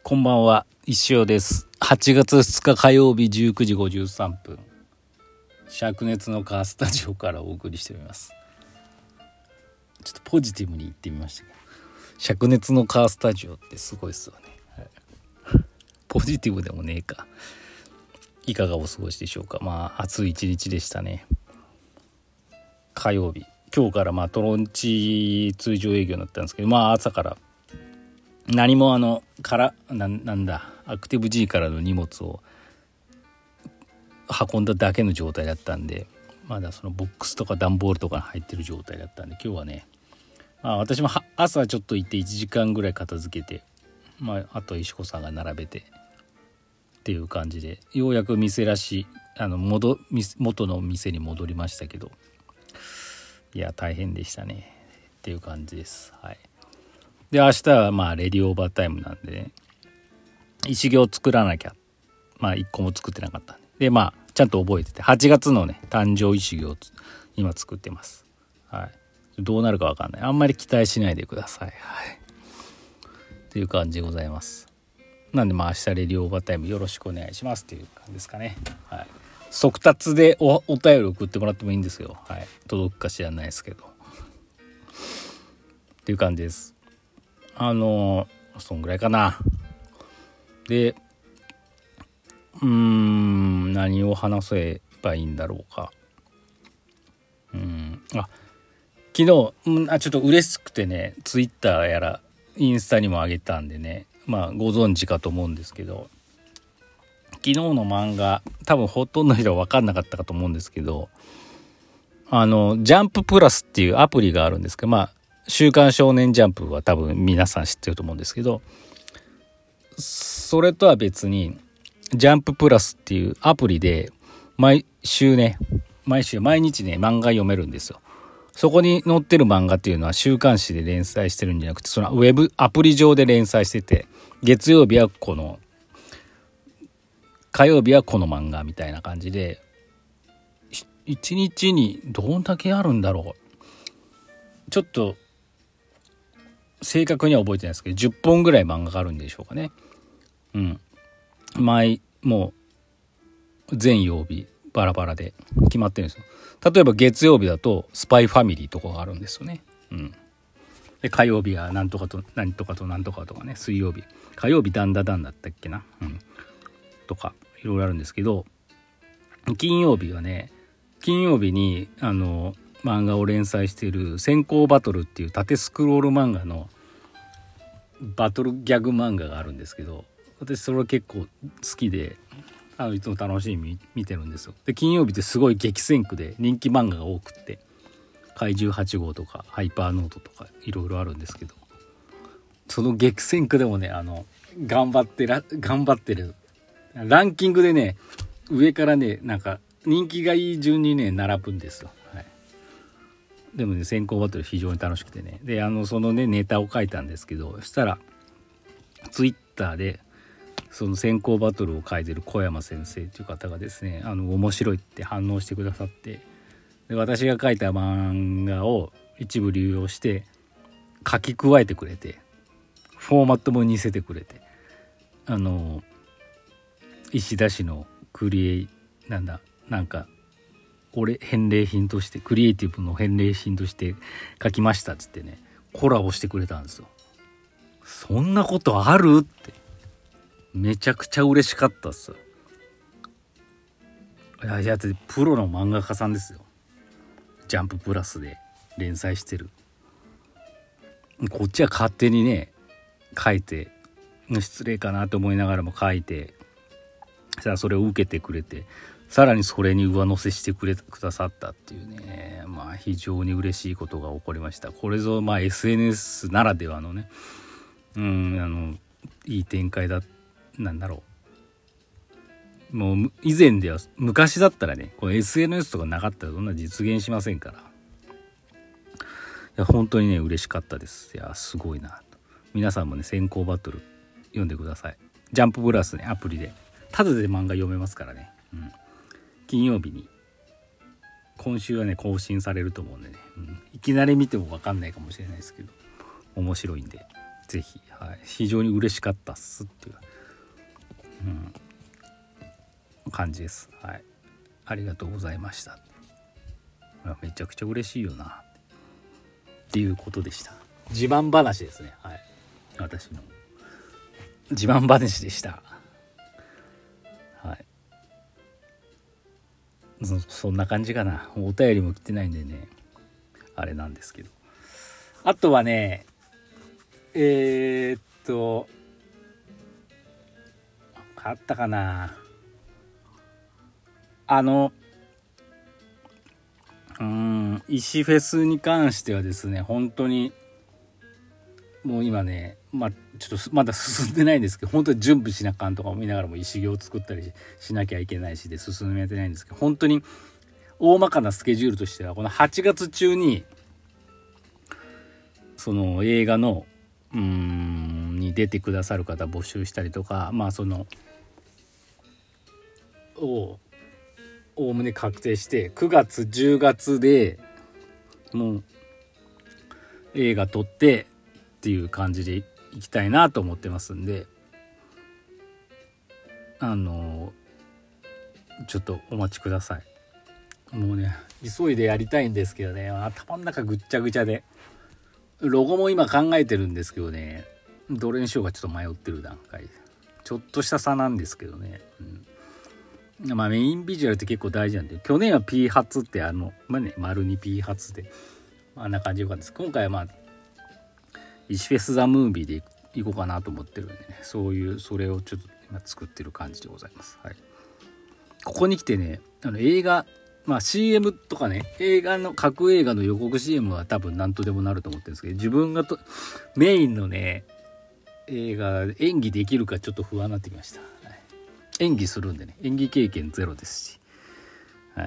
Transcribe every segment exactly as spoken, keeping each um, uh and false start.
こんばんは、石尾です。はちがつふつか火曜日じゅうくじごじゅうさんぷん、灼熱のカースタジオからお送りしております。ちょっとポジティブに言ってみましたけど、灼熱のカースタジオってすごいですよね、はい、ポジティブでもねえか。いかがお過ごしでしょうか。まあ暑い一日でしたね。火曜日、今日からまあトロンチ通常営業になったんですけど、まあ朝から何もあのからな、なんだアクティブ G からの荷物を運んだだけの状態だったんで、まだそのボックスとか段ボールとか入ってる状態だったんで、今日はね、まあ、私も朝ちょっと行っていちじかんぐらい片付けて、まあ、あと石子さんが並べてっていう感じで、ようやく店らしいあの戻元の店に戻りましたけど、いや大変でしたねっていう感じです。はい。で明日はまあレディオーバータイムなんでね、石行作らなきゃ、まあいっこも作ってなかったんで、でまあちゃんと覚えてて、はちがつのね誕生石行を今作ってます。はい。どうなるか分かんない。あんまり期待しないでください。はい。っていう感じでございます。なんでまあ明日レディオーバータイムよろしくお願いしますっていう感じですかね。はい。速達で お, お便り送ってもらってもいいんですよ。はい。届くか知らないですけど。っていう感じです。あのそんぐらいかな。でうーん何を話せばいいんだろうか。うーんあ昨日、うん、あちょっと嬉しくてね、ツイッターやらインスタにも上げたんでね、まあご存知かと思うんですけど、昨日の漫画多分ほとんどの人は分かんなかったかと思うんですけど、あのジャンププラスっていうアプリがあるんですけど、まあ週刊少年ジャンプは多分皆さん知ってると思うんですけど、それとは別にジャンププラスっていうアプリで毎週ね毎週毎日ね漫画読めるんですよ。そこに載ってる漫画っていうのは週刊誌で連載してるんじゃなくて、そのウェブアプリ上で連載してて、月曜日はこの火曜日はこの漫画みたいな感じで、いちにちにどんだけあるんだろう、ちょっと正確には覚えてないですけど、じゅっぽんぐらい漫画があるんでしょうかね。うん毎もう全曜日バラバラで決まってるんですよ。例えば月曜日だとスパイファミリーとかがあるんですよね。うん。で火曜日はなんとかと何とかと何とかとかね、水曜日火曜日ダンダダンだったっけな、うん、とかいろいろあるんですけど、金曜日はね、金曜日にあの漫画を連載している先行バトルっていう縦スクロール漫画のバトルギャグ漫画があるんですけど、私それ結構好きで、あのいつも楽しみに見てるんですよ。で金曜日ってすごい激戦区で人気漫画が多くって、怪獣はち号とかハイパーノートとかいろいろあるんですけど、その激戦区でもね、あの頑張ってら頑張ってるランキングでね、上からねなんか人気がいい順にね並ぶんですよ。はい、でもね先行バトル非常に楽しくてね、であのそのねネタを書いたんですけど、そしたらツイッターでその先行バトルを書いてる小山先生という方がですね、あの面白いって反応してくださって、で私が書いた漫画を一部流用して書き加えてくれて、フォーマットも似せてくれて、あの石田氏のクリエイなんだなんか俺返礼品としてクリエイティブの返礼品として書きましたっつってね、コラボしてくれたんですよ。そんなことあるってめちゃくちゃ嬉しかったっす。いやいやプロの漫画家さんですよ。ジャンププラスで連載してる。こっちは勝手にね書いて、失礼かなと思いながらも書いて、さあそれを受けてくれて、さらにそれに上乗せしてくれくださったっていうね、まあ非常に嬉しいことが起こりました。これぞまあ エスエヌエス ならではのね、うんあのいい展開だなんだろう。もう以前では昔だったらね、この エスエヌエス とかなかったらそんな実現しませんから、いや本当にね嬉しかったです。いやすごいなと。皆さんもね先行バトル読んでください。ジャンププラスねアプリでタダで漫画読めますからね。うん、金曜日に今週はね更新されると思うんでね、うん、いきなり見ても分かんないかもしれないですけど面白いんでぜひ、はい、非常に嬉しかったっすっていう、うん、感じです。はい、ありがとうございました。めちゃくちゃ嬉しいよなっていうことでした。自慢話ですね。はい、私の自慢話でした。はい、そ, そんな感じかな。お便りも来てないんでね、あれなんですけど、あとはね、えー、っとあったかな。あのうーん石フェスに関してはですね、本当にもう今ね、まあちょっとまだ進んでないんですけど、本当に準備しなあかんとか思いながらも石行を作ったりしなきゃいけないしで進めてないんですけど、本当に大まかなスケジュールとしてはこのはちがつ中にその映画のうーんに出てくださる方募集したりとか、まあそのをおおむね確定してくがつじゅうがつでもう映画撮ってっていう感じでいきたいなと思ってますんで、あのちょっとお待ちください。もうね急いでやりたいんですけどね、頭の中ぐっちゃぐちゃで、ロゴも今考えてるんですけどね、どれにしようかちょっと迷ってる段階、ちょっとした差なんですけどね、うん、まあメインビジュアルって結構大事なんで、去年は P 発ってあのまあね丸に P 発であんな感じでよかったです。今回はまあ石フェスザムービーでいこうかなと思ってるんでね、そういうそれをちょっと今作ってる感じでございます。はい、ここに来てね、あの映画まあ シーエム とかね、映画の各映画の予告 シーエム は多分何とでもなると思ってるんですけど、自分がとメインのね映画演技できるかちょっと不安になってきました。はい、演技するんでね、演技経験ゼロですし、はい、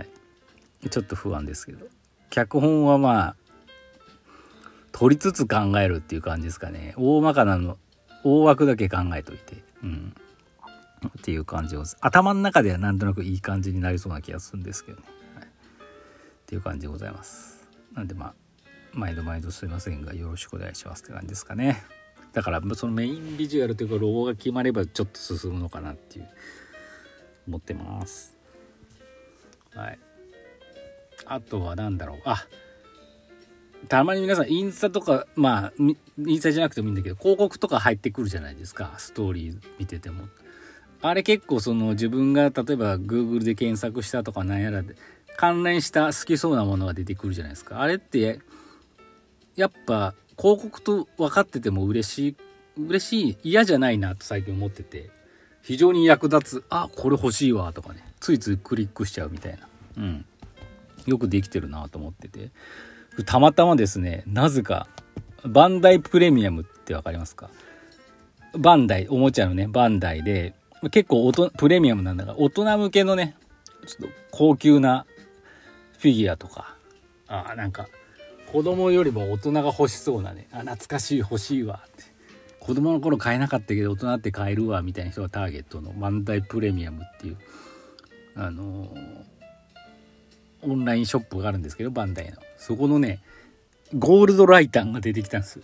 ちょっと不安ですけど、脚本はまあ取りつつ考えるっていう感じですかね。大まかなの大枠だけ考えといて、うんっていう感じを頭の中ではなんとなくいい感じになりそうな気がするんですけどね、はい、っていう感じでございます。なんでまあ毎度毎度すいませんがよろしくお願いしますって感じですかね。だからそのメインビジュアルというかロゴが決まればちょっと進むのかなっていう思ってます。はい、あとはなんだろう、あたまに皆さんインスタとか、まあインスタじゃなくてもいいんだけど広告とか入ってくるじゃないですか、ストーリー見てても。あれ結構その自分が例えば Google で検索したとかなんやらで関連した好きそうなものが出てくるじゃないですか。あれってやっぱ広告と分かってても嬉しい嬉しい嫌じゃないなと最近思ってて、非常に役立つ、あこれ欲しいわとかね、ついついクリックしちゃうみたいな、うんよくできてるなと思ってて、たまたまですね、なぜかバンダイプレミアムって分かりますか。バンダイおもちゃのねバンダイで結構おとプレミアムなんだが大人向けのねちょっと高級なフィギュアとか、あなんか子供よりも大人が欲しそうなね、あ懐かしい欲しいわって、子供の頃買えなかったけど大人って買えるわみたいな人がターゲットのバンダイプレミアムっていうあのー、オンラインショップがあるんですけど、バンダイのそこのねゴールドライタンが出てきたんです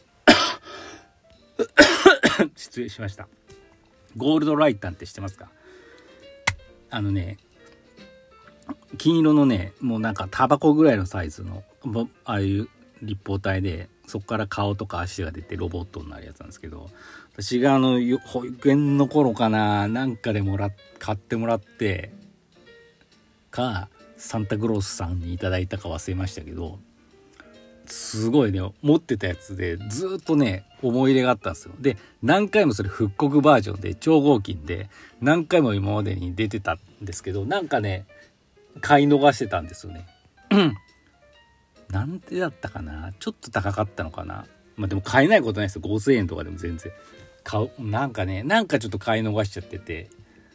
失礼しました。ゴールドライタンって知ってますか。あのね金色のねもうなんかタバコぐらいのサイズのああいう立方体で、そこから顔とか足が出てロボットになるやつなんですけど、私があの保育園の頃かななんかでもら買ってもらってかサンタクロースさんにいただいたか忘れましたけど、すごいね持ってたやつでずっとね思い入れがあったんですよ。で何回もそれ復刻バージョンで超合金で何回も今までに出てたんですけど、なんかね買い逃してたんですよねなんでだったかな、ちょっと高かったのかな、まあでも買えないことないですよ、ごせんえんとかでも全然買う、なんかねなんかちょっと買い逃しちゃってて、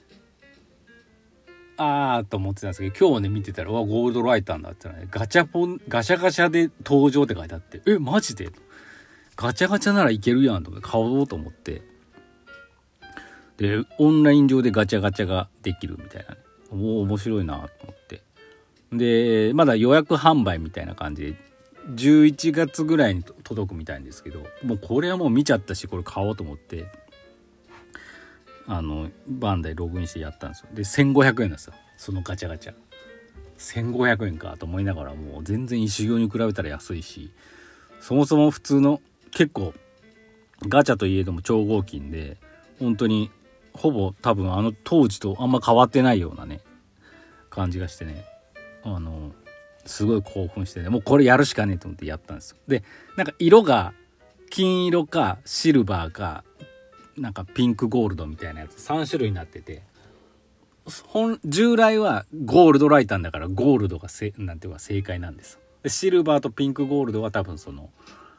あーと思ってたんですけど、今日ね見てたらわゴールドライターだってね、ガチャポンガシャガシャで登場って書いてあって、えマジでガチャガチャならいけるやんと思って買おうと思って、でオンライン上でガチャガチャができるみたいな、ね、お面白いなと思って、でまだ予約販売みたいな感じでじゅういちがつぐらいに届くみたいんですけど、もうこれはもう見ちゃったしこれ買おうと思ってあのバンダイログインしてやったんですよ。でせんごひゃくえんなんですよそのガチャガチャ。せんごひゃくえんかと思いながら、もう全然石行に比べたら安いし、そもそも普通の結構ガチャといえども超合金で本当にほぼ多分あの当時とあんま変わってないようなね感じがしてね、あのすごい興奮してね、もうこれやるしかねえと思ってやったんですよ。でなんか色が金色かシルバーかなんかピンクゴールドみたいなやつさん種類になってて、本従来はゴールドライターだからゴールドがせなんていうか正解なんですよ。でシルバーとピンクゴールドは多分その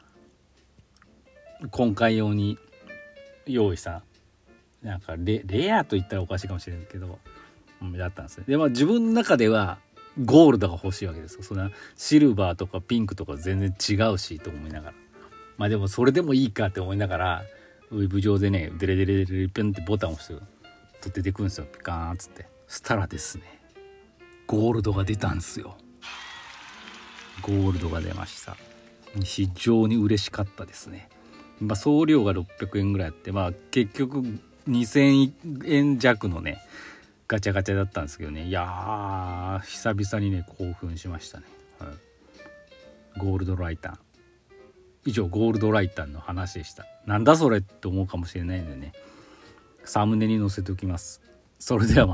今回用に用意したなんか レ, レアと言ったらおかしいかもしれないけど、うん、だったんですね。でまあ自分の中ではゴールドが欲しいわけですよ。そんなシルバーとかピンクとか全然違うしと思いながら、まあでもそれでもいいかって思いながらウェブ上でねデレデレデレペンってボタンを押すと出てくるんですよ。ピカーンっつって、そしたらですねゴールドが出たんですよ。ゴールドが出ました。非常に嬉しかったですね。まあ、送料がろっぴゃくえんぐらいあって、まあ結局にせんえん弱のねガチャガチャだったんですけどね、いやー久々にね興奮しましたね、はい、ゴールドライター。以上ゴールドライターの話でした。なんだそれって思うかもしれないのでね、サムネに載せておきます。それではまた。